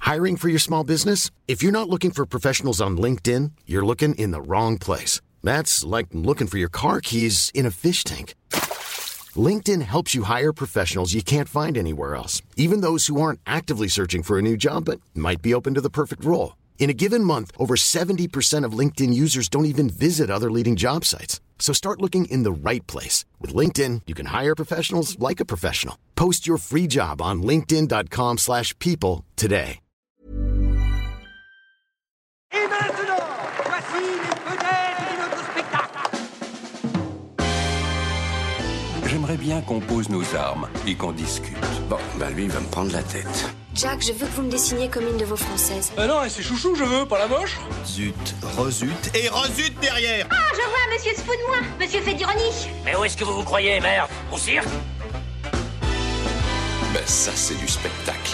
Hiring for your small business? If you're not looking for professionals on LinkedIn, you're looking in the wrong place. That's like looking for your car keys in a fish tank. LinkedIn helps you hire professionals you can't find anywhere else, even those who aren't actively searching for a new job but might be open to the perfect role. In a given month, over 70% of LinkedIn users don't even visit other leading job sites. So start looking in the right place. With LinkedIn, you can hire professionals like a professional. Post your free job on linkedin.com/people today. Et maintenant, voici les vedettes de notre spectacle. J'aimerais bien qu'on pose nos armes et qu'on discute. Bon, lui, il va me prendre la tête. Jack, je veux que vous me dessiniez comme une de vos françaises. Non, c'est chouchou, je veux, pas la moche. Zut, rezut et rezut derrière. Ah, je vois, monsieur se fout de moi. Monsieur fait d'ironie. Mais où est-ce que vous vous croyez, merde? Au cirque? Ben ça, c'est du spectacle.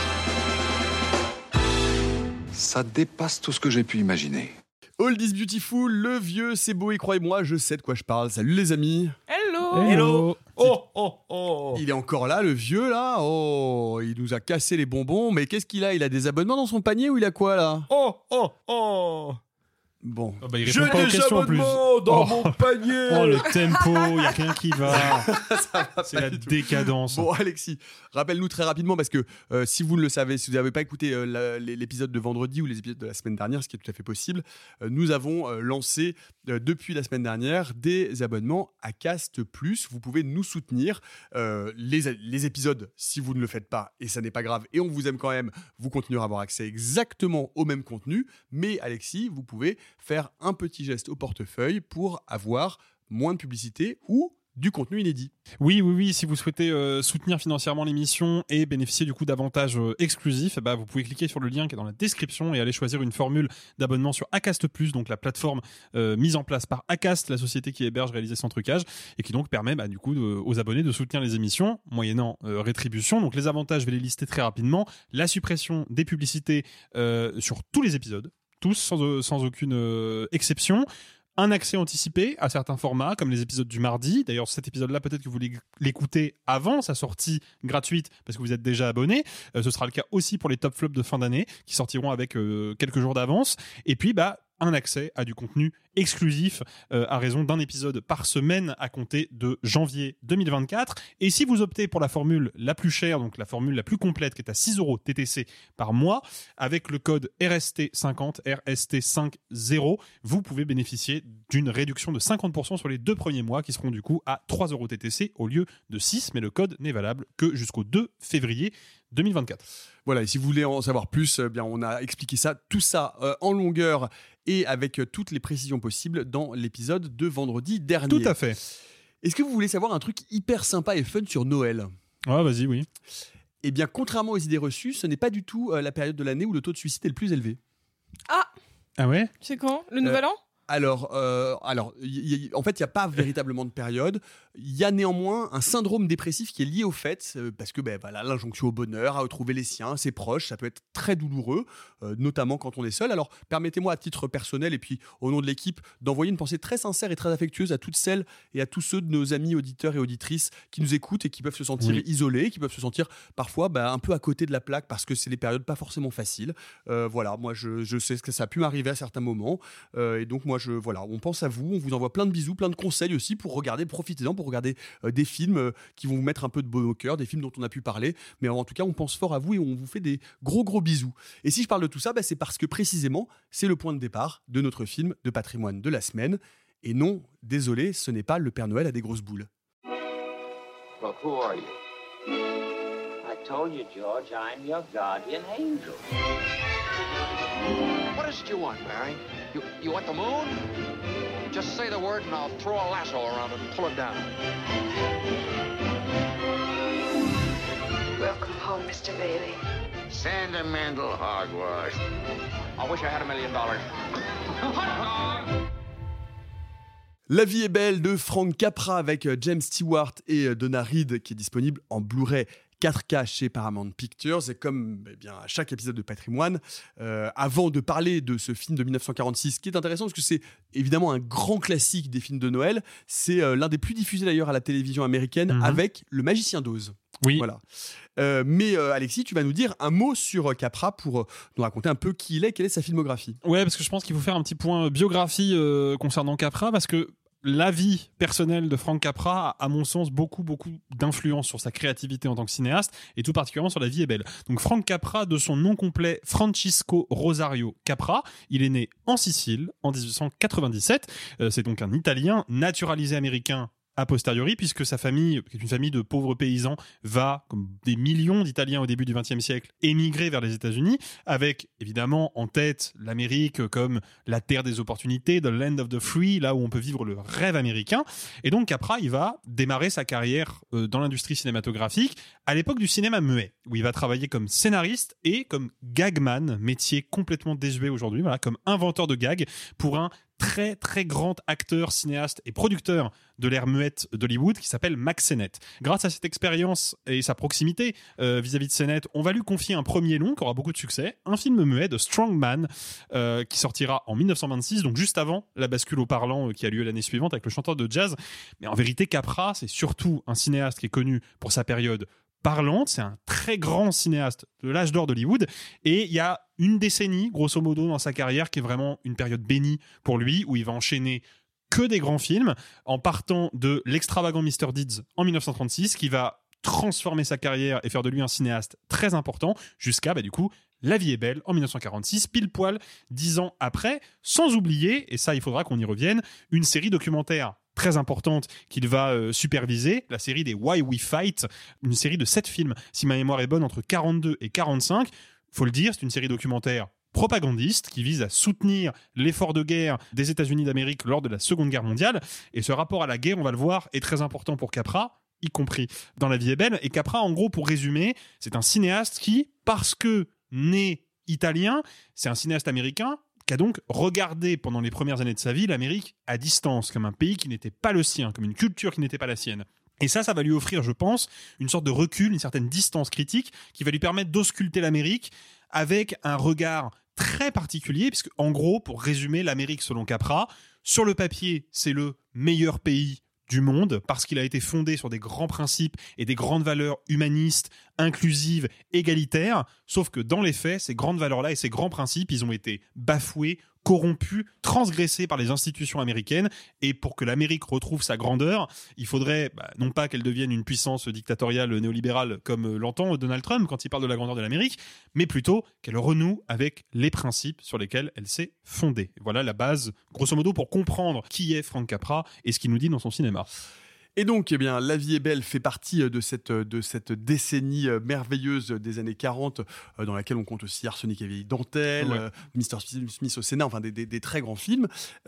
Ça dépasse tout ce que j'ai pu imaginer. All This Beautiful, le vieux, c'est beau et croyez-moi, je sais de quoi je parle. Salut les amis. Hello. Oh. Il est encore là, le vieux là. Oh, il nous a cassé les bonbons. Mais qu'est-ce qu'il a? Il a des abonnements dans son panier ou il a quoi là? Oh. Bon. Il J'ai répond pas aux des questions en plus. abonnements dans mon panier. Oh, le tempo, y a rien qui va. Ça va C'est pas la du tout. décadence. Bon, Alexis, rappelle-nous très rapidement parce que si vous ne le savez, si vous n'avez pas écouté l'épisode de vendredi ou les épisodes de la semaine dernière, ce qui est tout à fait possible, nous avons lancé depuis la semaine dernière des abonnements à Cast+. Vous pouvez nous soutenir. Les épisodes, si vous ne le faites pas, et ça n'est pas grave, et on vous aime quand même, vous continuerez à avoir accès exactement au même contenu. Mais Alexis, vous pouvez faire un petit geste au portefeuille pour avoir moins de publicité ou du contenu inédit. Oui, si vous souhaitez soutenir financièrement l'émission et bénéficier du coup d'avantages exclusifs, vous pouvez cliquer sur le lien qui est dans la description et aller choisir une formule d'abonnement sur Acast+, donc la plateforme mise en place par Acast, la société qui héberge Réaliser sans trucage, et qui donc permet aux abonnés de soutenir les émissions moyennant rétribution. Donc les avantages, je vais les lister très rapidement. La suppression des publicités sur tous les épisodes, tous sans aucune exception. Un accès anticipé à certains formats, comme les épisodes du mardi. D'ailleurs, cet épisode-là, peut-être que vous l'écoutez avant sa sortie gratuite, parce que vous êtes déjà abonné. Ce sera le cas aussi pour les top flops de fin d'année, qui sortiront avec quelques jours d'avance. Et puis, un accès à du contenu exclusif à raison d'un épisode par semaine à compter de janvier 2024. Et si vous optez pour la formule la plus chère, donc la formule la plus complète qui est à 6 € TTC par mois, avec le code RST50, RST50, vous pouvez bénéficier d'une réduction de 50% sur les 2 premiers mois qui seront du coup à 3 € TTC au lieu de 6, mais le code n'est valable que jusqu'au 2 février 2024. Voilà, et si vous voulez en savoir plus, on a expliqué tout ça en longueur et avec toutes les précisions possibles dans l'épisode de vendredi dernier. Tout à fait. Est-ce que vous voulez savoir un truc hyper sympa et fun sur Noël ? Ah, vas-y, oui. Eh bien, contrairement aux idées reçues, ce n'est pas du tout la période de l'année où le taux de suicide est le plus élevé. Ah ouais ? C'est quand ? Le Nouvel An ? Alors, en fait, il n'y a pas véritablement de période. Il y a néanmoins un syndrome dépressif qui est lié au fait, parce que l'injonction au bonheur, à retrouver les siens, ses proches, ça peut être très douloureux, notamment quand on est seul. Alors, permettez-moi à titre personnel et puis au nom de l'équipe d'envoyer une pensée très sincère et très affectueuse à toutes celles et à tous ceux de nos amis auditeurs et auditrices qui nous écoutent et qui peuvent se sentir isolés, qui peuvent se sentir parfois un peu à côté de la plaque parce que c'est des périodes pas forcément faciles. Voilà, moi je sais que ça a pu m'arriver à certains moments et donc moi on pense à vous, on vous envoie plein de bisous, plein de conseils aussi pour regarder, profitez-en pour regarder des films qui vont vous mettre un peu de baume au cœur, des films dont on a pu parler, mais en tout cas on pense fort à vous et on vous fait des gros bisous. Et si je parle de tout ça, c'est parce que précisément c'est le point de départ de notre film de patrimoine de la semaine. Et non, désolé, ce n'est pas le Père Noël à des grosses boules. Well, who are you? I told you, George, I'm your guardian angel. What is it you want, Barry? You want the moon? Just say the word and I'll throw a lasso around it and pull it down. Welcome home, Mr. Bailey. Sentimental hogwash. I wish I had $1 million. La vie est belle de Frank Capra avec James Stewart et Donna Reed qui est disponible en Blu-ray 4K chez Paramount Pictures. Et comme à chaque épisode de Patrimoine, avant de parler de ce film de 1946, qui est intéressant parce que c'est évidemment un grand classique des films de Noël, c'est l'un des plus diffusés d'ailleurs à la télévision américaine avec Le Magicien d'Oz. Oui. Voilà. Mais Alexis, tu vas nous dire un mot sur Capra pour nous raconter un peu qui il est, quelle est sa filmographie. Ouais, parce que je pense qu'il faut faire un petit point biographie concernant Capra, parce que la vie personnelle de Frank Capra a, à mon sens, beaucoup d'influence sur sa créativité en tant que cinéaste, et tout particulièrement sur La Vie est belle. Donc Frank Capra, de son nom complet Francisco Rosario Capra, il est né en Sicile en 1897. C'est donc un Italien naturalisé américain a posteriori, puisque sa famille, qui est une famille de pauvres paysans, va, comme des millions d'Italiens au début du XXe siècle, émigrer vers les États-Unis, avec évidemment en tête l'Amérique comme la terre des opportunités, the land of the free, là où on peut vivre le rêve américain. Et donc Capra, il va démarrer sa carrière dans l'industrie cinématographique à l'époque du cinéma muet, où il va travailler comme scénariste et comme gagman, métier complètement désuet aujourd'hui, voilà, comme inventeur de gags pour un très très grand acteur, cinéaste et producteur de l'ère muette d'Hollywood qui s'appelle Mack Sennett. Grâce à cette expérience et sa proximité vis-à-vis de Sennett, on va lui confier un premier long qui aura beaucoup de succès, un film muet de Strongman qui sortira en 1926, donc juste avant la bascule au parlant qui a lieu l'année suivante avec le chanteur de jazz. Mais en vérité, Capra, c'est surtout un cinéaste qui est connu pour sa période parlante, c'est un très grand cinéaste de l'âge d'or d'Hollywood, et il y a une décennie, grosso modo, dans sa carrière qui est vraiment une période bénie pour lui, où il va enchaîner que des grands films, en partant de l'extravagant Mr. Deeds en 1936, qui va transformer sa carrière et faire de lui un cinéaste très important, jusqu'à, du coup, La Vie est belle en 1946, pile poil 10 ans après, sans oublier, et ça il faudra qu'on y revienne, une série documentaire très importante qu'il va superviser, la série des Why We Fight, une série de 7 films, si ma mémoire est bonne, entre 42 et 45. Faut le dire, c'est une série documentaire propagandiste qui vise à soutenir l'effort de guerre des États-Unis d'Amérique lors de la Seconde Guerre mondiale. Et ce rapport à la guerre, on va le voir, est très important pour Capra, y compris dans La Vie est belle. Et Capra, en gros, pour résumer, c'est un cinéaste qui, parce que né italien, c'est un cinéaste américain qui a donc regardé pendant les premières années de sa vie l'Amérique à distance, comme un pays qui n'était pas le sien, comme une culture qui n'était pas la sienne. Et ça va lui offrir, je pense, une sorte de recul, une certaine distance critique qui va lui permettre d'ausculter l'Amérique avec un regard très particulier, puisque en gros, pour résumer, l'Amérique, selon Capra, sur le papier, c'est le meilleur pays du monde parce qu'il a été fondé sur des grands principes et des grandes valeurs humanistes, inclusives, égalitaires, sauf que dans les faits, ces grandes valeurs-là et ces grands principes, ils ont été bafoués, corrompus, transgressés par les institutions américaines, et pour que l'Amérique retrouve sa grandeur, il faudrait non pas qu'elle devienne une puissance dictatoriale néolibérale comme l'entend Donald Trump quand il parle de la grandeur de l'Amérique, mais plutôt qu'elle renoue avec les principes sur lesquels elle s'est fondée. Voilà la base, grosso modo, pour comprendre qui est Frank Capra et ce qu'il nous dit dans son cinéma. Et donc, La Vie est belle fait partie de cette décennie merveilleuse des années 40, dans laquelle on compte aussi Arsenic et vieille dentelle, Mr. Smith au Sénat, enfin des très grands films.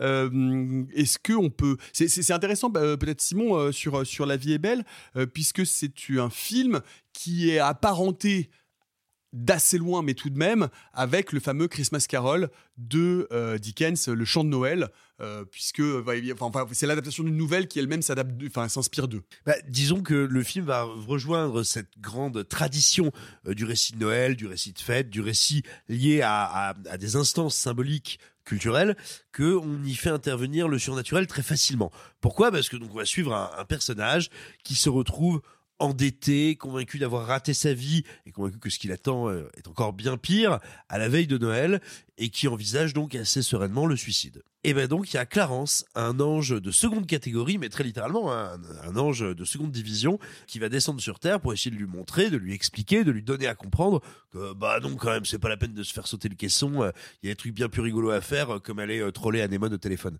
Est-ce qu'on peut... C'est intéressant, peut-être Simon, sur La Vie est belle, puisque c'est un film qui est apparenté d'assez loin, mais tout de même, avec le fameux Christmas Carol de Dickens, Le Chant de Noël, puisque c'est l'adaptation d'une nouvelle qui elle-même s'inspire d'eux. Disons que le film va rejoindre cette grande tradition du récit de Noël, du récit de fête, du récit lié à des instances symboliques culturelles, qu'on y fait intervenir le surnaturel très facilement. Pourquoi ? Parce que donc on va suivre un personnage qui se retrouve endetté, convaincu d'avoir raté sa vie et convaincu que ce qui l'attend est encore bien pire à la veille de Noël, et qui envisage donc assez sereinement le suicide. Et donc il y a Clarence, un ange de seconde catégorie, mais très littéralement un ange de seconde division, qui va descendre sur Terre pour essayer de lui montrer, de lui expliquer, de lui donner à comprendre que non, quand même, c'est pas la peine de se faire sauter le caisson, il y a des trucs bien plus rigolos à faire, comme aller troller Anémone au téléphone.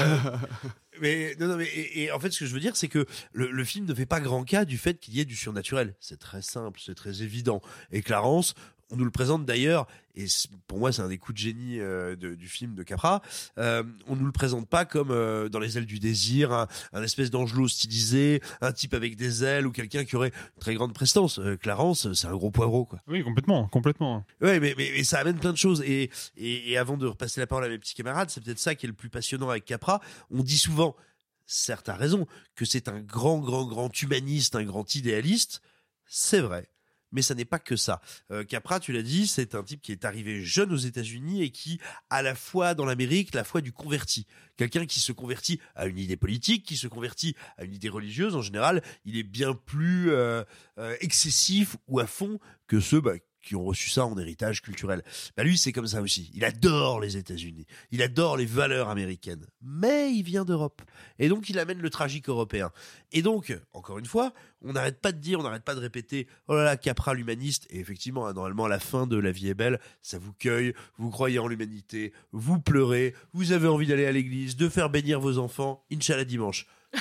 Mais en fait, ce que je veux dire, c'est que le film ne fait pas grand cas du fait qu'il y ait du surnaturel. C'est très simple, c'est très évident. Et Clarence, on nous le présente d'ailleurs, et pour moi c'est un des coups de génie du film de Capra, on nous le présente pas comme dans Les ailes du désir, un espèce d'angelot stylisé, un type avec des ailes ou quelqu'un qui aurait une très grande prestance. Clarence, c'est un gros poivreau, quoi. Oui, complètement. Ouais, mais ça amène plein de choses, et avant de repasser la parole à mes petits camarades, c'est peut-être ça qui est le plus passionnant avec Capra. On dit souvent, certes à raison, que c'est un grand humaniste, un grand idéaliste. C'est vrai. mais ça n'est pas que ça. Capra, tu l'as dit, c'est un type qui est arrivé jeune aux États-Unis et qui a la foi dans l'Amérique, la foi du converti. Quelqu'un qui se convertit à une idée politique, qui se convertit à une idée religieuse, en général, il est bien plus excessif ou à fond que ceux qui ont reçu ça en héritage culturel. Lui, c'est comme ça aussi. Il adore les États-Unis. Il adore les valeurs américaines. Mais il vient d'Europe. Et donc, il amène le tragique européen. Et donc, encore une fois, on n'arrête pas de répéter « Oh là là, Capra l'humaniste ». Et effectivement, normalement, à la fin de La vie est belle, ça vous cueille, vous croyez en l'humanité, vous pleurez, vous avez envie d'aller à l'église, de faire bénir vos enfants, Inch'Allah dimanche.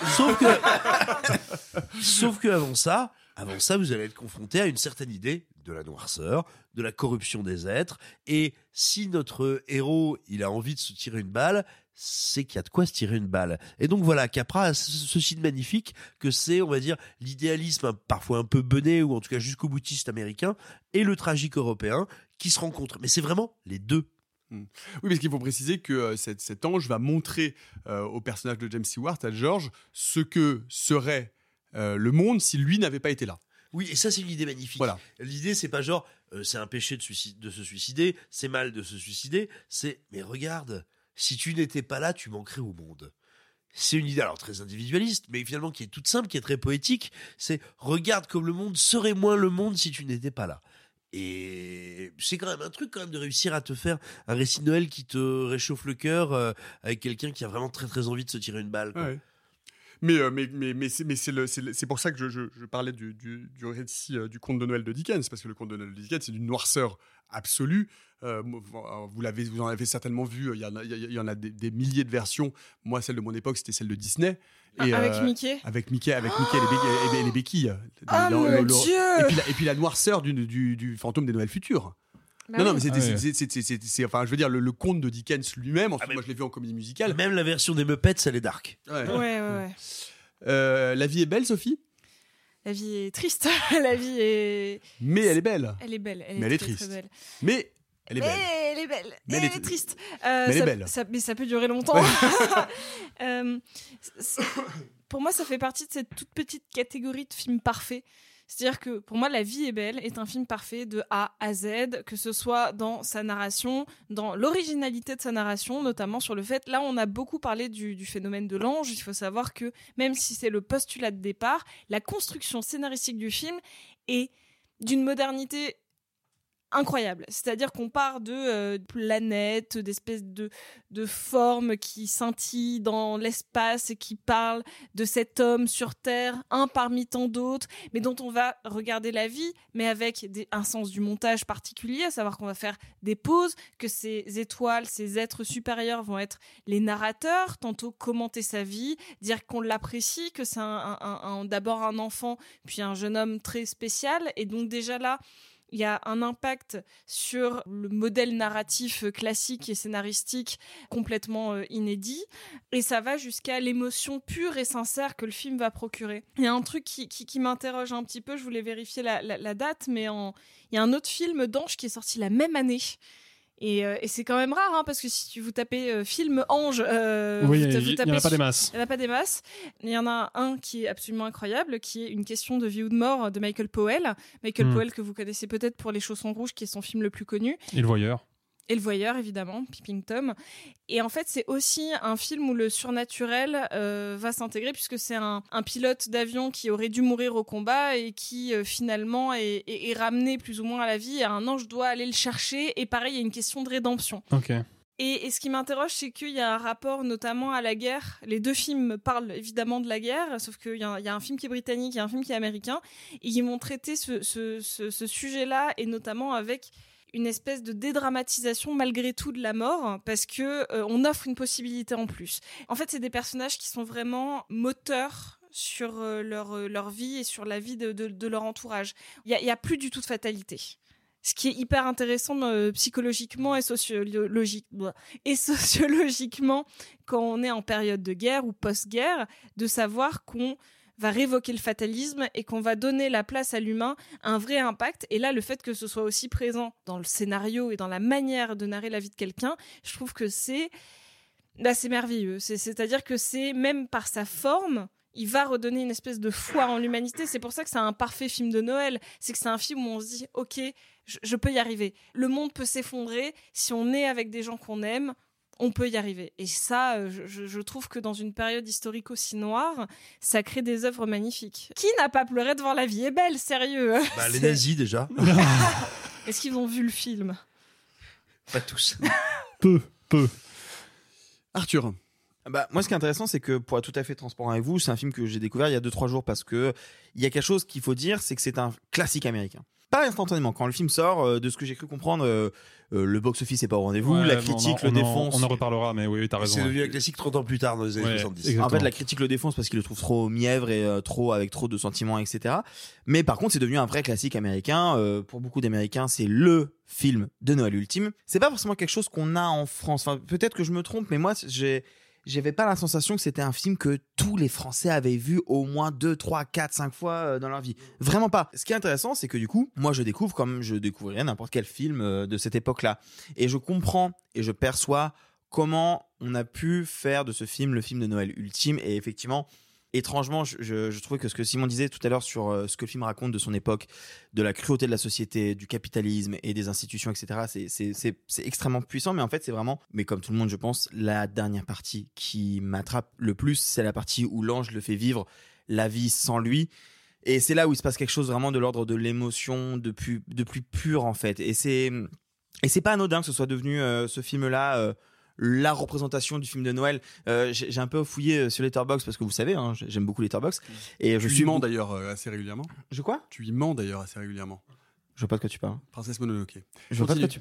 Sauf que avant ça, vous allez être confronté à une certaine idée de la noirceur, de la corruption des êtres. Et si notre héros, il a envie de se tirer une balle, c'est qu'il y a de quoi se tirer une balle. Et donc voilà, Capra a ceci de magnifique que c'est, on va dire, l'idéalisme parfois un peu bené, ou en tout cas jusqu'au boutiste américain, et le tragique européen qui se rencontrent. Mais c'est vraiment les deux. Oui, parce qu'il faut préciser que cet ange va montrer au personnage de James Stewart, à George, ce que serait le monde si lui n'avait pas été là. Oui, et ça, c'est une idée magnifique. Voilà. L'idée, c'est pas genre, c'est un péché de se suicider, c'est mal de se suicider, c'est, mais regarde, si tu n'étais pas là, tu manquerais au monde. C'est une idée, alors très individualiste, mais finalement qui est toute simple, qui est très poétique. C'est, regarde comme le monde serait moins le monde si tu n'étais pas là. Et c'est quand même un truc de réussir à te faire un récit de Noël qui te réchauffe le cœur avec quelqu'un qui a vraiment très très envie de se tirer une balle, quoi. Ouais. Mais c'est pour ça que je parlais du récit du conte de Noël de Dickens, parce que le conte de Noël de Dickens, c'est d'une noirceur absolue. Vous en avez certainement vu, il y en a des milliers de versions. Moi, celle de mon époque, c'était celle de Disney. Et, avec Mickey. Avec Mickey et les béquilles. Oh mon Dieu. Et puis la noirceur du fantôme des Noëls futurs. Bah non, oui. mais enfin, je veux dire, le conte de Dickens lui-même, ensuite, moi je l'ai vu en comédie musicale. Même la version des Muppets, elle est dark. Ouais. La vie est belle, Sophie ? La vie est triste. La vie est... Mais elle est belle. Elle est belle. Mais elle est très, triste. très belle. Mais elle est belle. Elle est belle. Mais elle est triste. Mais elle est belle. Mais ça peut durer longtemps. Pour moi, ça fait partie de cette toute petite catégorie de films parfaits. C'est-à-dire que pour moi, La vie est belle est un film parfait de A à Z, que ce soit dans sa narration, dans l'originalité de sa narration, notamment sur le fait, là on a beaucoup parlé du phénomène de l'ange, il faut savoir que même si c'est le postulat de départ, la construction scénaristique du film est d'une modernité incroyable. C'est-à-dire qu'on part de planètes, d'espèces de formes qui scintillent dans l'espace et qui parlent de cet homme sur Terre, un parmi tant d'autres, mais dont on va regarder la vie, mais avec un sens du montage particulier, à savoir qu'on va faire des pauses, que ces étoiles, ces êtres supérieurs vont être les narrateurs, tantôt commenter sa vie, dire qu'on l'apprécie, que c'est d'abord un enfant, puis un jeune homme très spécial, et donc déjà là, il y a un impact sur le modèle narratif classique et scénaristique complètement inédit. Et ça va jusqu'à l'émotion pure et sincère que le film va procurer. Il y a un truc qui m'interroge un petit peu, je voulais vérifier la date, mais il y a un autre film d'Ange qui est sorti la même année. Et c'est quand même rare, parce que si vous tapez film Ange, oui, il n'y en a pas des masses. Il n'y en a pas des masses. Il y en a un qui est absolument incroyable, qui est Une question de vie ou de mort de Michael Powell. Michael Powell, que vous connaissez peut-être pour Les Chaussons Rouges, qui est son film le plus connu. Et Le Voyeur. Et Le Voyeur, évidemment, Peeping Tom. Et en fait, c'est aussi un film où le surnaturel va s'intégrer, puisque c'est un pilote d'avion qui aurait dû mourir au combat et qui finalement est ramené plus ou moins à la vie. Et un ange doit aller le chercher. Et pareil, il y a une question de rédemption. Ok. Et ce qui m'interroge, c'est qu'il y a un rapport notamment à la guerre. Les deux films parlent évidemment de la guerre, sauf qu'il y a un film qui est britannique et un film qui est américain. Et ils vont traiter ce sujet-là, et notamment avec une espèce de dédramatisation malgré tout de la mort, parce que on offre une possibilité en plus. En fait, c'est des personnages qui sont vraiment moteurs sur leur vie et sur la vie de leur entourage. Il y a plus du tout de fatalité. Ce qui est hyper intéressant psychologiquement et sociologiquement quand on est en période de guerre ou post-guerre, de savoir qu'on va révoquer le fatalisme et qu'on va donner la place à l'humain, un vrai impact. Et là, le fait que ce soit aussi présent dans le scénario et dans la manière de narrer la vie de quelqu'un, je trouve que c'est merveilleux. C'est-à-dire que c'est, même par sa forme, il va redonner une espèce de foi en l'humanité. C'est pour ça que c'est un parfait film de Noël. C'est que c'est un film où on se dit, ok, je peux y arriver. Le monde peut s'effondrer. Si on est avec des gens qu'on aime, on peut y arriver. Et ça, je trouve que dans une période historique aussi noire, ça crée des œuvres magnifiques. Qui n'a pas pleuré devant La vie est belle, sérieux? Les nazis, déjà. Est-ce qu'ils ont vu le film? Pas tous. Peu. Arthur. Moi, ce qui est intéressant, c'est que pour être tout à fait transparent avec vous, c'est un film que j'ai découvert il y a 2-3 jours parce que il y a quelque chose qu'il faut dire, c'est que c'est un classique américain. Pas instantanément. Quand le film sort, de ce que j'ai cru comprendre, le box-office n'est pas au rendez-vous, la critique le défonce. On en reparlera, mais oui, t'as raison. C'est devenu un classique 30 ans plus tard, dans les années 70. Exactement. En fait, la critique le défonce parce qu'il le trouve trop mièvre et avec trop de sentiments, etc. Mais par contre, c'est devenu un vrai classique américain. Pour beaucoup d'Américains, c'est le film de Noël ultime. C'est pas forcément quelque chose qu'on a en France. Enfin, peut-être que je me trompe, mais moi, j'avais pas la sensation que c'était un film que tous les Français avaient vu au moins 2, 3, 4, 5 fois dans leur vie. Vraiment pas. Ce qui est intéressant, c'est que du coup, moi je découvre comme je découvrirais n'importe quel film de cette époque-là. Et je comprends et je perçois comment on a pu faire de ce film le film de Noël ultime. Et effectivement, étrangement, je trouvais que ce que Simon disait tout à l'heure sur ce que le film raconte de son époque, de la cruauté de la société, du capitalisme et des institutions, etc., c'est extrêmement puissant. Mais en fait, c'est vraiment, mais comme tout le monde, je pense, la dernière partie qui m'attrape le plus, c'est la partie où l'ange le fait vivre la vie sans lui. Et c'est là où il se passe quelque chose vraiment de l'ordre de l'émotion, de plus pur, en fait. Et c'est pas anodin que ce soit devenu ce film-là... la représentation du film de Noël. J'ai un peu fouillé sur Letterboxd parce que vous savez, j'aime beaucoup Letterboxd. Et tu y mens d'ailleurs assez régulièrement. Je quoi? Tu y mens d'ailleurs assez régulièrement. Je vois pas de quoi tu parles. Princesse Mononoke. Je vois pas de quoi tu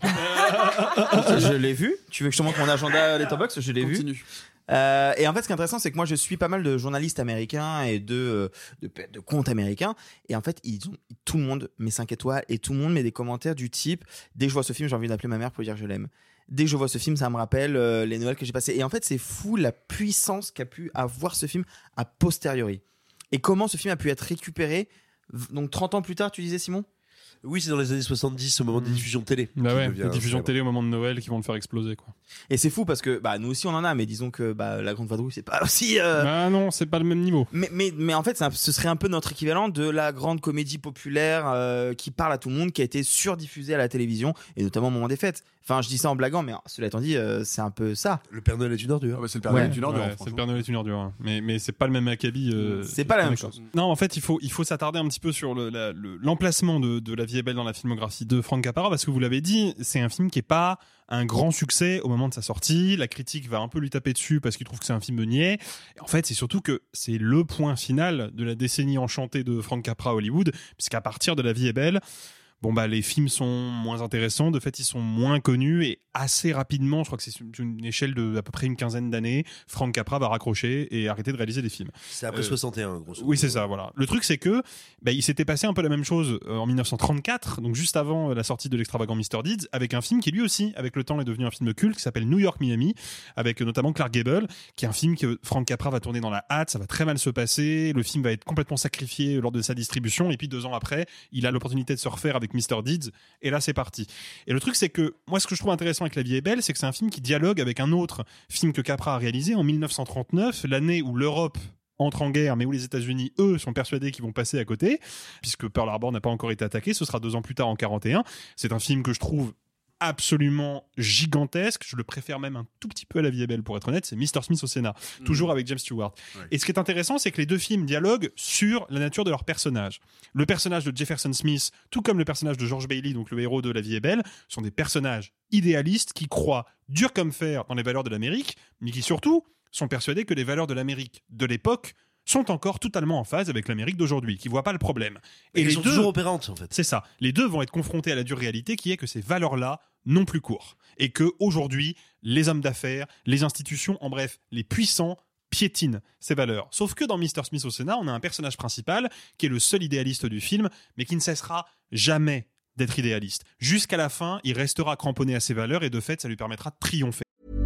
parles. Je l'ai vu. Tu veux que je te montre mon agenda Letterboxd? Je l'ai vu. Et en fait, ce qui est intéressant, c'est que moi, je suis pas mal de journalistes américains et de comptes américains. Et en fait, tout le monde met 5 étoiles et tout le monde met des commentaires du type « Dès que je vois ce film, j'ai envie d'appeler ma mère pour lui dire que je l'aime. Dès que je vois ce film, ça me rappelle les Noëls que j'ai passés. » Et en fait, c'est fou la puissance qu'a pu avoir ce film a posteriori. Et comment ce film a pu être récupéré, donc 30 ans plus tard, tu disais, Simon? Oui, c'est dans les années 70, au moment des diffusions télé. Les diffusions télé au moment de Noël qui vont le faire exploser, quoi. Et c'est fou parce que nous aussi on en a, mais disons que La Grande Vadrouille, c'est pas aussi. Non, c'est pas le même niveau. Mais en fait, ce serait un peu notre équivalent de la grande comédie populaire qui parle à tout le monde, qui a été surdiffusée à la télévision et notamment au moment des fêtes. Enfin, je dis ça en blaguant, mais cela étant dit, c'est un peu ça. Le Père Noël est une ordure. C'est le Père Noël est une ordure. C'est le Père Noël est une ordure. Mais c'est pas le même acabit. C'est pas la même chose. Non, en fait, il faut s'attarder un petit peu sur l'emplacement de La vie est belle dans la filmographie de Frank Capra, parce que vous l'avez dit, c'est un film qui est pas un grand succès au moment de sa sortie. La critique va un peu lui taper dessus parce qu'il trouve que c'est un film de niais. Et en fait, c'est surtout que c'est le point final de la décennie enchantée de Frank Capra à Hollywood, puisqu'à partir de La vie est belle, les films sont moins intéressants, de fait ils sont moins connus et assez rapidement, je crois que c'est une échelle de à peu près une quinzaine d'années, Frank Capra va raccrocher et arrêter de réaliser des films. C'est après 61, grosso modo. Oui, c'est ça, voilà. Le truc c'est que il s'était passé un peu la même chose en 1934, donc juste avant la sortie de l'extravagant Mr. Deeds, avec un film qui lui aussi, avec le temps, est devenu un film culte qui s'appelle New York Miami, avec notamment Clark Gable, qui est un film que Frank Capra va tourner dans la hâte, ça va très mal se passer, le film va être complètement sacrifié lors de sa distribution, et puis 2 ans après, il a l'opportunité de se refaire avec Mr. Deeds, et là c'est parti. Et le truc c'est que moi ce que je trouve intéressant avec La vie est belle, c'est que c'est un film qui dialogue avec un autre film que Capra a réalisé en 1939, l'année où l'Europe entre en guerre, mais où les États-Unis, eux, sont persuadés qu'ils vont passer à côté, puisque Pearl Harbor n'a pas encore été attaqué. Ce sera 2 ans plus tard, en 41. C'est un film que je trouve absolument gigantesque. Je le préfère même un tout petit peu à La vie est belle, pour être honnête. C'est Mr. Smith au Sénat, toujours avec James Stewart. Ouais. Et ce qui est intéressant, c'est que les 2 films dialoguent sur la nature de leurs personnages. Le personnage de Jefferson Smith, tout comme le personnage de George Bailey, donc le héros de La vie est belle, sont des personnages idéalistes qui croient dur comme fer dans les valeurs de l'Amérique, mais qui surtout sont persuadés que les valeurs de l'Amérique de l'époque sont encore totalement en phase avec l'Amérique d'aujourd'hui, qui voit pas le problème. Et les sont toujours opérantes, en fait. C'est ça. Les 2 vont être confrontés à la dure réalité qui est que ces valeurs-là n'ont plus cours. Et que aujourd'hui, les hommes d'affaires, les institutions, en bref, les puissants piétinent ces valeurs. Sauf que dans Mr. Smith au Sénat, on a un personnage principal qui est le seul idéaliste du film, mais qui ne cessera jamais d'être idéaliste. Jusqu'à la fin, il restera cramponné à ses valeurs et de fait, ça lui permettra de triompher.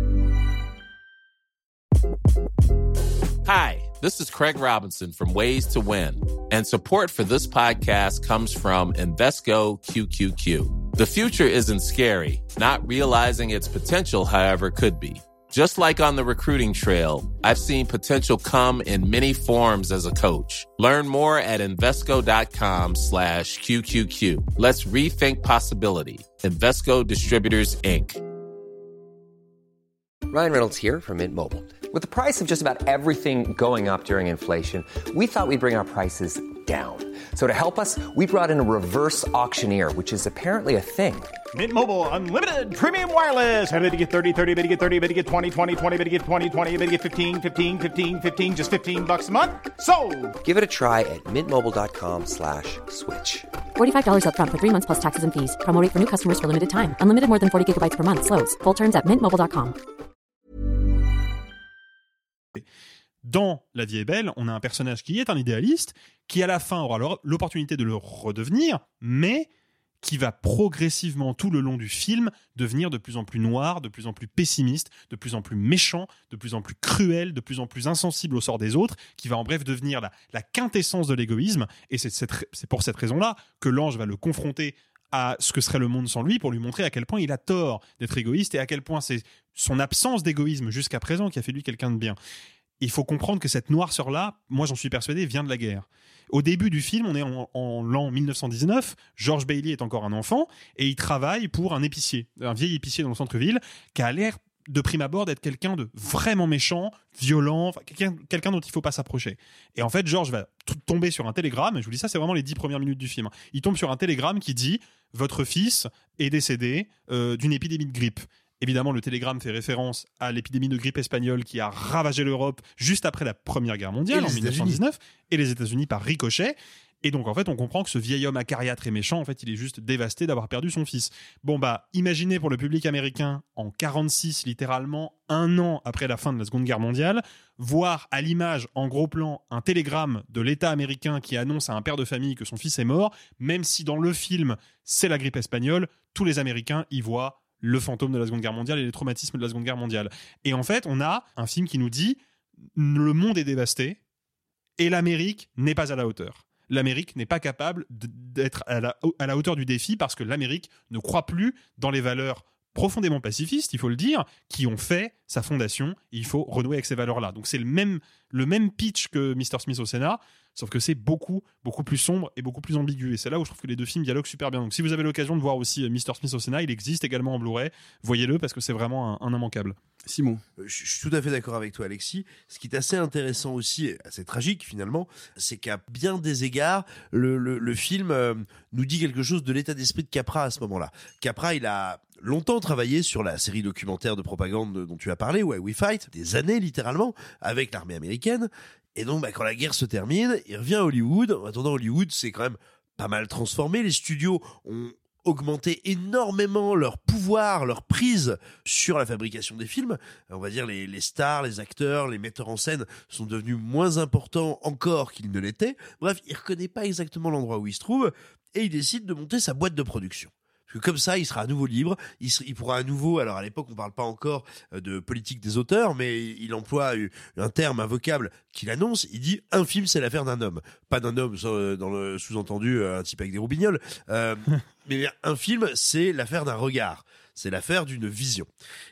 Hi, this is Craig Robinson from Ways to Win, and support for this podcast comes from Invesco QQQ. The future isn't scary. Not realizing its potential, however, could be. Just like on the recruiting trail, I've seen potential come in many forms as a coach. Learn more at Invesco.com/QQQ. Let's rethink possibility. Invesco Distributors, Inc. Ryan Reynolds here from Mint Mobile. With the price of just about everything going up during inflation, we thought we'd bring our prices down. So to help us, we brought in a reverse auctioneer, which is apparently a thing. Mint Mobile Unlimited Premium Wireless. How to get 30, 30, bit to get 30, bit to get 20, 20, 20, bit to get 20, 20, bit to get 15, 15, 15, 15, just $15 a month? Sold! Give it a try at mintmobile.com/switch. $45 up front for 3 months plus taxes and fees. Promo rate for new customers for limited time. Unlimited more than 40 gigabytes per month. Slows full terms at mintmobile.com. Dans La vie est belle, on a un personnage qui est un idéaliste, qui à la fin aura l'opportunité de le redevenir, mais qui va progressivement tout le long du film devenir de plus en plus noir, de plus en plus pessimiste, de plus en plus méchant, de plus en plus cruel, de plus en plus insensible au sort des autres, qui va en bref devenir la quintessence de l'égoïsme. Et c'est pour cette raison-là que l'ange va le confronter à ce que serait le monde sans lui, pour lui montrer à quel point il a tort d'être égoïste et à quel point c'est son absence d'égoïsme jusqu'à présent qui a fait de lui quelqu'un de bien. Il faut comprendre que cette noirceur-là, moi j'en suis persuadé, vient de la guerre. Au début du film, on est en l'an 1919, George Bailey est encore un enfant, et il travaille pour un épicier, un vieil épicier dans le centre-ville, qui a l'air de prime abord d'être quelqu'un de vraiment méchant, violent, quelqu'un dont il ne faut pas s'approcher. Et en fait, George va tomber sur un télégramme, et je vous dis ça, c'est vraiment les 10 premières minutes du film. Il tombe sur un télégramme qui dit « Votre fils est décédé d'une épidémie de grippe ». Évidemment, le télégramme fait référence à l'épidémie de grippe espagnole qui a ravagé l'Europe juste après la Première Guerre mondiale, en 1919, et les États-Unis par ricochet. Et donc, en fait, on comprend que ce vieil homme acariâtre et méchant, en fait, il est juste dévasté d'avoir perdu son fils. Bon, imaginez pour le public américain, en 1946, littéralement, 1 an après la fin de la Seconde Guerre mondiale, voir à l'image, en gros plan, un télégramme de l'État américain qui annonce à un père de famille que son fils est mort, même si dans le film, c'est la grippe espagnole, tous les Américains y voient le fantôme de la Seconde Guerre mondiale et les traumatismes de la Seconde Guerre mondiale. Et en fait, on a un film qui nous dit le monde est dévasté et l'Amérique n'est pas à la hauteur. L'Amérique n'est pas capable d'être à la hauteur du défi parce que l'Amérique ne croit plus dans les valeurs profondément pacifistes, il faut le dire, qui ont fait sa fondation. Et il faut renouer avec ces valeurs-là. Donc c'est le même pitch que Mr. Smith au Sénat, sauf que c'est beaucoup, beaucoup plus sombre et beaucoup plus ambigu. Et c'est là où je trouve que les deux films dialoguent super bien. Donc si vous avez l'occasion de voir aussi Mr. Smith au Sénat, il existe également en Blu-ray. Voyez-le parce que c'est vraiment un immanquable. Simon. Je suis tout à fait d'accord avec toi, Alexis. Ce qui est assez intéressant aussi, et assez tragique finalement, c'est qu'à bien des égards, le film nous dit quelque chose de l'état d'esprit de Capra à ce moment-là. Capra, il a longtemps travaillé sur la série documentaire de propagande dont tu as parlé, Why We Fight, des années littéralement, avec l'armée américaine. Et donc, quand la guerre se termine, il revient à Hollywood. En attendant, Hollywood, c'est quand même pas mal transformé. Les studios ont augmenté énormément leur pouvoir, leur prise sur la fabrication des films. On va dire les stars, les acteurs, les metteurs en scène sont devenus moins importants encore qu'ils ne l'étaient. Bref, il reconnaît pas exactement l'endroit où il se trouve et il décide de monter sa boîte de production. Parce que comme ça, il sera à nouveau libre, il pourra à nouveau, alors à l'époque on parle pas encore de politique des auteurs, mais il emploie un terme, un vocable qu'il annonce, il dit un film c'est l'affaire d'un homme. Pas d'un homme dans le sous-entendu un type avec des roubignoles, mais un film c'est l'affaire d'un regard, c'est l'affaire d'une vision.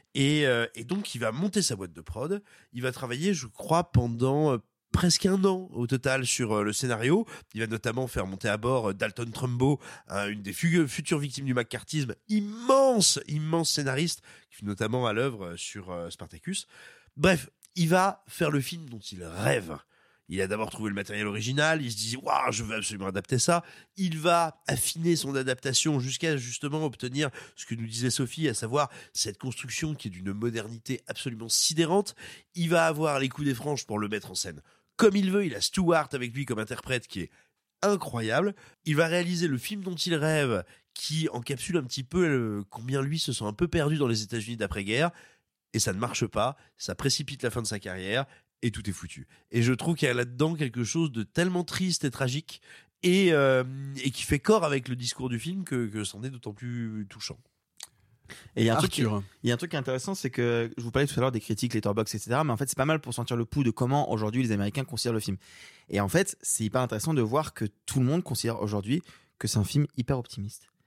Et donc il va monter sa boîte de prod, il va travailler je crois pendant presque 1 an au total sur le scénario. Il va notamment faire monter à bord Dalton Trumbo, une des futures victimes du macartisme, immense scénariste, qui fut notamment à l'œuvre sur Spartacus. Bref, il va faire le film dont il rêve. Il a d'abord trouvé le matériel original, il se dit « Waouh, je veux absolument adapter ça ». Il va affiner son adaptation jusqu'à justement obtenir ce que nous disait Sophie, à savoir cette construction qui est d'une modernité absolument sidérante. Il va avoir les coups des franches pour le mettre en scène comme il veut. Il a Stewart avec lui comme interprète qui est incroyable. Il va réaliser le film dont il rêve, qui encapsule un petit peu combien lui se sent un peu perdu dans les États-Unis d'après-guerre. Et ça ne marche pas, ça précipite la fin de sa carrière. Et tout est foutu. Et je trouve qu'il y a là-dedans quelque chose de tellement triste et tragique et qui fait corps avec le discours du film que c'en est d'autant plus touchant. Et il y a un truc intéressant, c'est que je vous parlais tout à l'heure des critiques, Letterboxd, etc. Mais en fait, c'est pas mal pour sentir le pouls de comment aujourd'hui les Américains considèrent le film. Et en fait, c'est hyper intéressant de voir que tout le monde considère aujourd'hui que c'est un film hyper optimiste.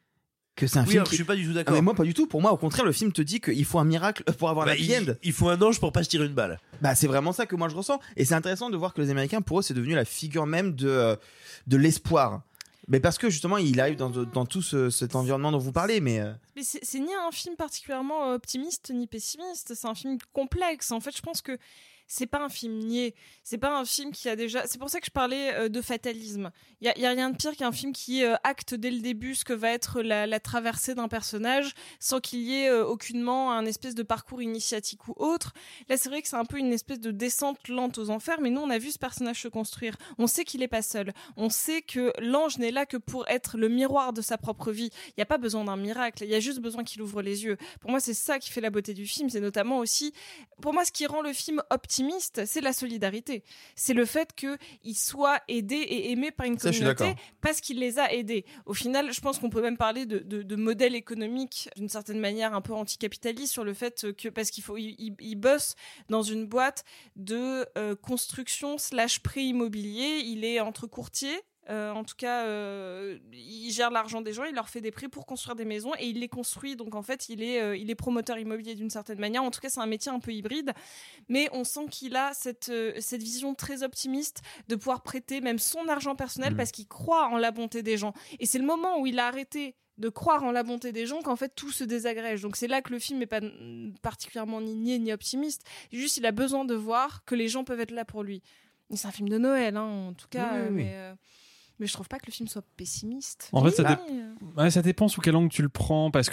que c'est un Oui, film. alors, je suis pas du tout d'accord. Ah, mais moi, pas du tout. Pour moi, au contraire, le film te dit qu'il faut un miracle pour avoir la happy end. Il faut un ange pour pas se tirer une balle. Bah, c'est vraiment ça que moi je ressens. Et c'est intéressant de voir que les Américains, pour eux, c'est devenu la figure même de l'espoir. Mais parce que justement, il arrive dans tout cet environnement dont vous parlez. Mais c'est ni un film particulièrement optimiste ni pessimiste. C'est un film complexe. En fait, je pense que c'est pas un film niais. C'est pas un film qui a déjà. C'est pour ça que je parlais de fatalisme. Il y a rien de pire qu'un film qui acte dès le début ce que va être la traversée d'un personnage sans qu'il y ait aucunement un espèce de parcours initiatique ou autre. Là, c'est vrai que c'est un peu une espèce de descente lente aux enfers, mais nous, on a vu ce personnage se construire. On sait qu'il est pas seul. On sait que l'ange n'est là que pour être le miroir de sa propre vie. Il y a pas besoin d'un miracle. Il y a juste besoin qu'il ouvre les yeux. Pour moi, c'est ça qui fait la beauté du film. C'est notamment aussi, pour moi, ce qui rend le film optimiste, c'est la solidarité. C'est le fait qu'il soit aidé et aimé par une communauté parce qu'il les a aidés. Au final, je pense qu'on peut même parler de modèle économique d'une certaine manière un peu anticapitaliste sur le fait que parce qu'il bosse dans une boîte de construction / prêt immobilier. Il est entre courtiers. En tout cas, il gère l'argent des gens, il leur fait des prêts pour construire des maisons et il les construit. Donc en fait, il est promoteur immobilier d'une certaine manière. En tout cas, c'est un métier un peu hybride. Mais on sent qu'il a cette vision très optimiste de pouvoir prêter même son argent personnel parce qu'il croit en la bonté des gens. Et c'est le moment où il a arrêté de croire en la bonté des gens qu'en fait tout se désagrège. Donc c'est là que le film n'est pas particulièrement ni niais ni optimiste. Juste, il a besoin de voir que les gens peuvent être là pour lui. Et c'est un film de Noël, hein, en tout cas. Oui. Mais je trouve pas que le film soit pessimiste. En fait, ça dépend sous quel angle tu le prends. Parce que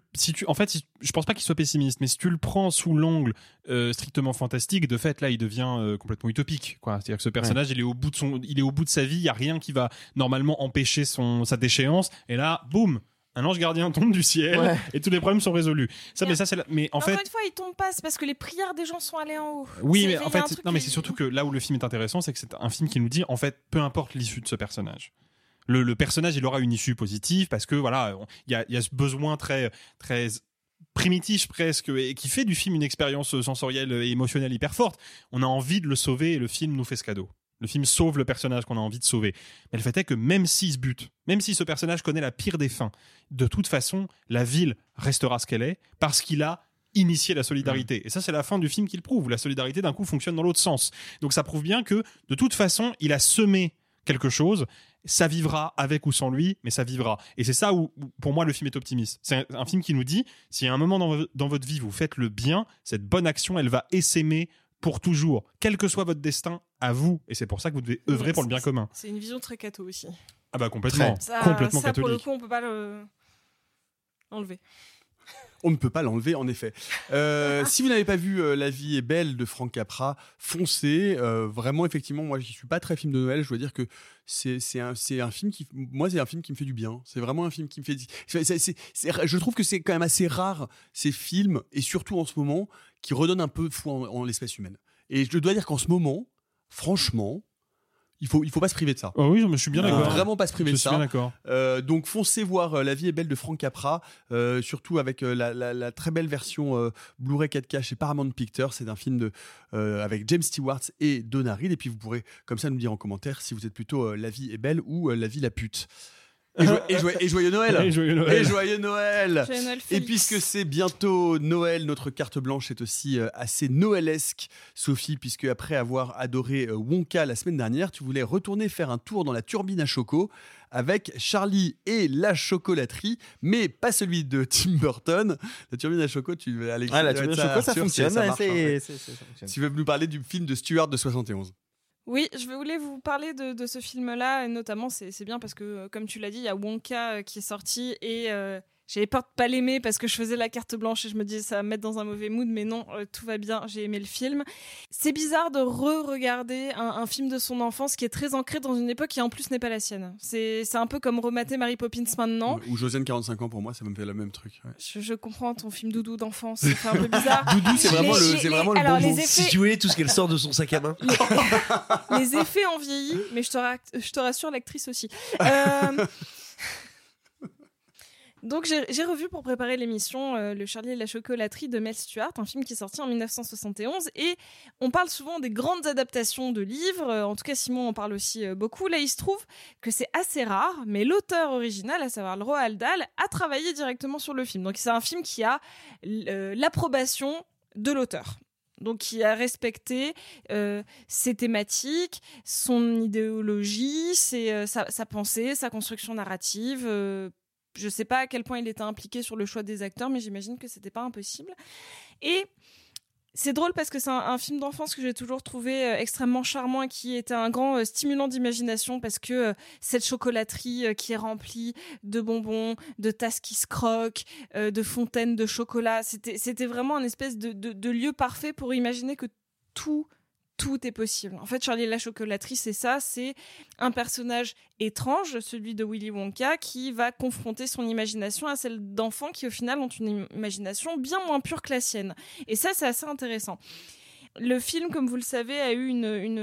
je pense pas qu'il soit pessimiste, mais si tu le prends sous l'angle strictement fantastique, de fait, là, il devient complètement utopique, quoi. C'est-à-dire que ce personnage, il est au bout de sa vie. Il y a rien qui va normalement empêcher sa déchéance. Et là, boum, un ange gardien tombe du ciel et tous les problèmes sont résolus. Mais en fait, encore une fois, il tombe pas, c'est parce que les prières des gens sont allées en haut. Oui, mais en fait, mais c'est surtout que là où le film est intéressant, c'est que c'est un film qui nous dit, en fait, peu importe l'issue de ce personnage. Le personnage, il aura une issue positive parce que voilà, il y a ce besoin très très primitif presque et qui fait du film une expérience sensorielle et émotionnelle hyper forte. On a envie de le sauver et le film nous fait ce cadeau. Le film sauve le personnage qu'on a envie de sauver. Mais le fait est que même s'il se bute, même si ce personnage connaît la pire des fins, de toute façon, la ville restera ce qu'elle est parce qu'il a initié la solidarité. Et ça, c'est la fin du film qui le prouve. La solidarité, d'un coup, fonctionne dans l'autre sens. Donc ça prouve bien que, de toute façon, il a semé quelque chose. Ça vivra avec ou sans lui, mais ça vivra. Et c'est ça où, pour moi, le film est optimiste. C'est un film qui nous dit, si à un moment dans votre vie, vous faites le bien, cette bonne action, elle va essaimer pour toujours, quel que soit votre destin, à vous. Et c'est pour ça que vous devez œuvrer pour le bien commun. C'est une vision très catho aussi. Ah bah complètement, complètement ça, catholique. Pour le coup, on peut pas l'enlever. On ne peut pas l'enlever, en effet. Si vous n'avez pas vu La vie est belle de Frank Capra, foncez. Vraiment, effectivement, moi, je ne suis pas très film de Noël. Je dois dire que c'est un film qui, moi, c'est un film qui me fait du bien. C'est vraiment un film qui me fait. Je trouve que c'est quand même assez rare ces films, et surtout en ce moment, qui redonnent un peu de foi en l'espèce humaine. Et je dois dire qu'en ce moment, franchement, il faut pas se priver de ça. Oh oui, je suis bien d'accord. Vraiment pas se priver de ça. Je suis bien d'accord. Donc foncez voir La vie est belle de Frank Capra, surtout avec la très belle version Blu-ray 4K chez Paramount Pictures. C'est un film avec James Stewart et Donna Reed. Et puis vous pourrez comme ça nous dire en commentaire si vous êtes plutôt La vie est belle ou La vie la pute. Et joyeux Noël. Et joyeux Noël. Et joyeux Noël. Joyeux Noël, Et puisque c'est bientôt Noël, notre carte blanche est aussi assez noëlesque, Sophie, puisque après avoir adoré Wonka la semaine dernière, tu voulais retourner faire un tour dans la turbine à choco avec Charlie et la chocolaterie, mais pas celui de Tim Burton. La turbine à choco, Alexis, la turbine à choco, ça fonctionne. Ça fonctionne. Tu veux nous parler du film de Stewart de 71? Oui, je voulais vous parler de ce film-là, et notamment, c'est bien parce que, comme tu l'as dit, il y a Wonka qui est sorti, et j'avais peur de pas l'aimer parce que je faisais la carte blanche et je me disais ça va me mettre dans un mauvais mood, mais non, tout va bien, j'ai aimé le film. C'est bizarre de re-regarder un film de son enfance qui est très ancré dans une époque qui en plus n'est pas la sienne. C'est un peu comme remater Mary Poppins maintenant. Ou Josiane 45 ans, pour moi, ça me fait le même truc. Ouais. Je comprends ton film Doudou d'enfance, c'est un peu bizarre. Doudou, c'est vraiment le bon mot. Si tu voyais tout ce qu'elle sort de son sac à main. Les effets ont vieilli, mais je te rassure, l'actrice aussi. Donc j'ai revu pour préparer l'émission Le Charlie et la chocolaterie de Mel Stuart, un film qui est sorti en 1971, et on parle souvent des grandes adaptations de livres, en tout cas Simon en parle aussi beaucoup. Là il se trouve que c'est assez rare, mais l'auteur original, à savoir le Roald Dahl, a travaillé directement sur le film. Donc c'est un film qui a l'approbation de l'auteur. Donc qui a respecté ses thématiques, son idéologie, sa pensée, sa construction narrative. Je sais pas à quel point il était impliqué sur le choix des acteurs, mais j'imagine que c'était pas impossible. Et c'est drôle parce que c'est un film d'enfance que j'ai toujours trouvé extrêmement charmant et qui était un grand stimulant d'imagination parce que cette chocolaterie qui est remplie de bonbons, de tasses qui se croquent, de fontaines de chocolat, c'était vraiment un espèce de lieu parfait pour imaginer que tout est possible. En fait, Charlie et la chocolaterie, c'est ça, c'est un personnage étrange, celui de Willy Wonka, qui va confronter son imagination à celle d'enfants qui, au final, ont une imagination bien moins pure que la sienne. Et ça, c'est assez intéressant. Le film, comme vous le savez, a eu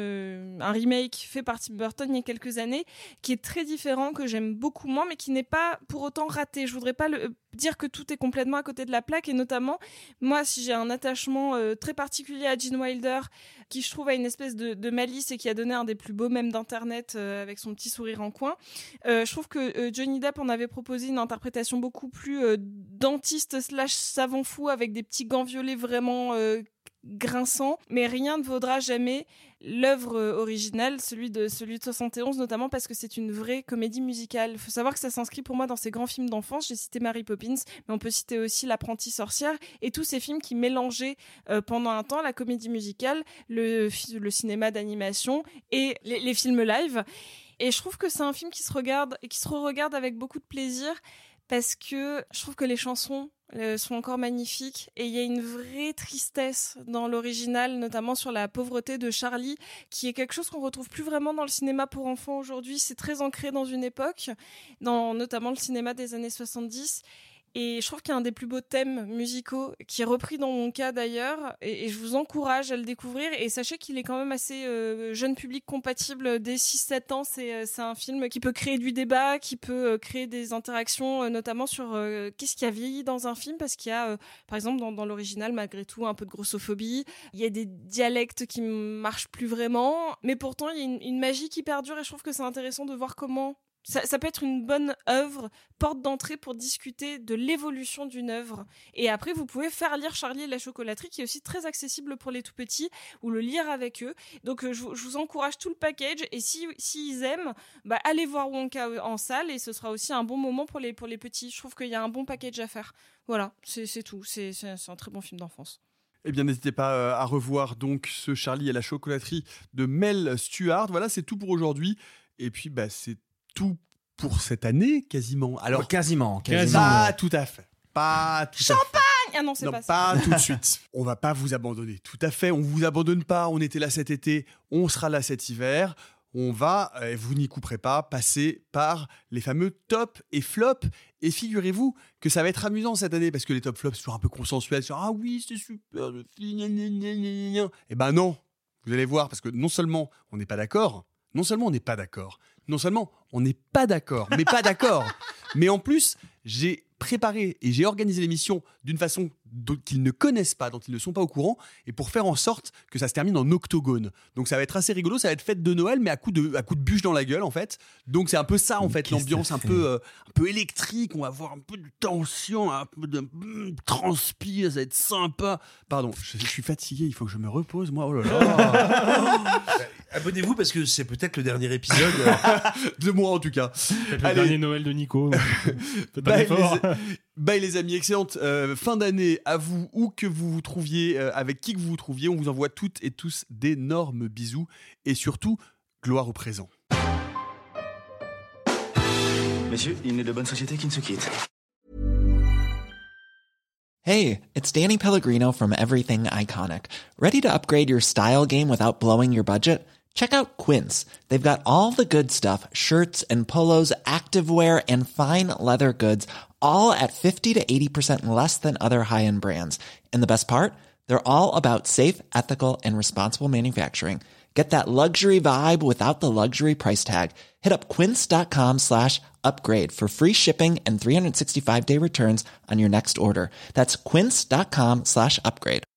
un remake fait par Tim Burton il y a quelques années, qui est très différent, que j'aime beaucoup moins, mais qui n'est pas pour autant raté. Je voudrais pas dire que tout est complètement à côté de la plaque, et notamment, moi, si j'ai un attachement très particulier à Gene Wilder, qui je trouve a une espèce de malice et qui a donné un des plus beaux mèmes d'internet avec son petit sourire en coin, je trouve que Johnny Depp en avait proposé une interprétation beaucoup plus dentiste / savant fou, avec des petits gants violets vraiment grinçant, mais rien ne vaudra jamais l'œuvre originale, celui de 71, notamment parce que c'est une vraie comédie musicale. Il faut savoir que ça s'inscrit pour moi dans ces grands films d'enfance. J'ai cité Mary Poppins, mais on peut citer aussi L'Apprentie sorcière et tous ces films qui mélangeaient pendant un temps la comédie musicale, le cinéma d'animation et les films live. Et je trouve que c'est un film qui se regarde et qui se re-regarde avec beaucoup de plaisir parce que je trouve que les chansons sont encore magnifiques et il y a une vraie tristesse dans l'original, notamment sur la pauvreté de Charlie, qui est quelque chose qu'on retrouve plus vraiment dans le cinéma pour enfants aujourd'hui. C'est très ancré dans une époque, dans notamment le cinéma des années 70. Et je trouve qu'il y a un des plus beaux thèmes musicaux qui est repris dans mon cas d'ailleurs, et je vous encourage à le découvrir. Et sachez qu'il est quand même assez jeune public compatible dès 6-7 ans. C'est un film qui peut créer du débat, qui peut créer des interactions, notamment sur qu'est-ce qui a vieilli dans un film, parce qu'il y a, par exemple, dans l'original, malgré tout, un peu de grossophobie. Il y a des dialectes qui marchent plus vraiment, mais pourtant il y a une magie qui perdure, et je trouve que c'est intéressant de voir comment ça peut être une bonne œuvre, porte d'entrée pour discuter de l'évolution d'une œuvre. Et après, vous pouvez faire lire Charlie et la chocolaterie, qui est aussi très accessible pour les tout petits, ou le lire avec eux. Donc, je vous encourage tout le package. Et s'ils aiment, allez voir Wonka en salle, et ce sera aussi un bon moment pour les petits. Je trouve qu'il y a un bon package à faire. Voilà, c'est tout. C'est un très bon film d'enfance. Eh bien, n'hésitez pas à revoir donc ce Charlie et la chocolaterie de Mel Stuart. Voilà, c'est tout pour aujourd'hui. Et puis, c'est tout pour cette année, quasiment. Alors, quasiment. Pas tout à fait. Pas tout Champagne à fait. Ah non, c'est pas ça. Pas tout de suite. On va pas vous abandonner. Tout à fait. On vous abandonne pas. On était là cet été. On sera là cet hiver. On va, vous n'y couperez pas, passer par les fameux top et flop. Et figurez-vous que ça va être amusant cette année, parce que les top flops, c'est toujours un peu consensuel. Sur, ah oui, c'est super, le film. Eh ben non. Vous allez voir, parce que non seulement on n'est pas d'accord, mais pas d'accord. Mais en plus, j'ai préparé et j'ai organisé l'émission d'une façon qu'ils ne connaissent pas, dont ils ne sont pas au courant, et pour faire en sorte que ça se termine en octogone. Donc ça va être assez rigolo, ça va être fête de Noël, mais à coup de bûche dans la gueule, en fait. Donc c'est un peu ça, en fait, l'ambiance un peu électrique. On va avoir un peu de tension, un peu de transpi, ça va être sympa. Pardon, je suis fatigué, il faut que je me repose, moi. Oh là là. Abonnez-vous, parce que c'est peut-être le dernier épisode. De moi, en tout cas. Peut-être le dernier Noël de Nico. Bye les amis, excellente fin d'année à vous, où que vous vous trouviez, avec qui que vous vous trouviez. On vous envoie toutes et tous d'énormes bisous, et surtout, gloire au présent. Messieurs, il n'est de bonne société qui ne se quitte. Hey, it's Danny Pellegrino from Everything Iconic. Ready to upgrade your style game without blowing your budget? Check out Quince. They've got all the good stuff, shirts and polos, activewear, and fine leather goods, all at 50 to 80% less than other high-end brands. And the best part? They're all about safe, ethical, and responsible manufacturing. Get that luxury vibe without the luxury price tag. Hit up quince.com/upgrade for free shipping and 365-day returns on your next order. That's quince.com/upgrade.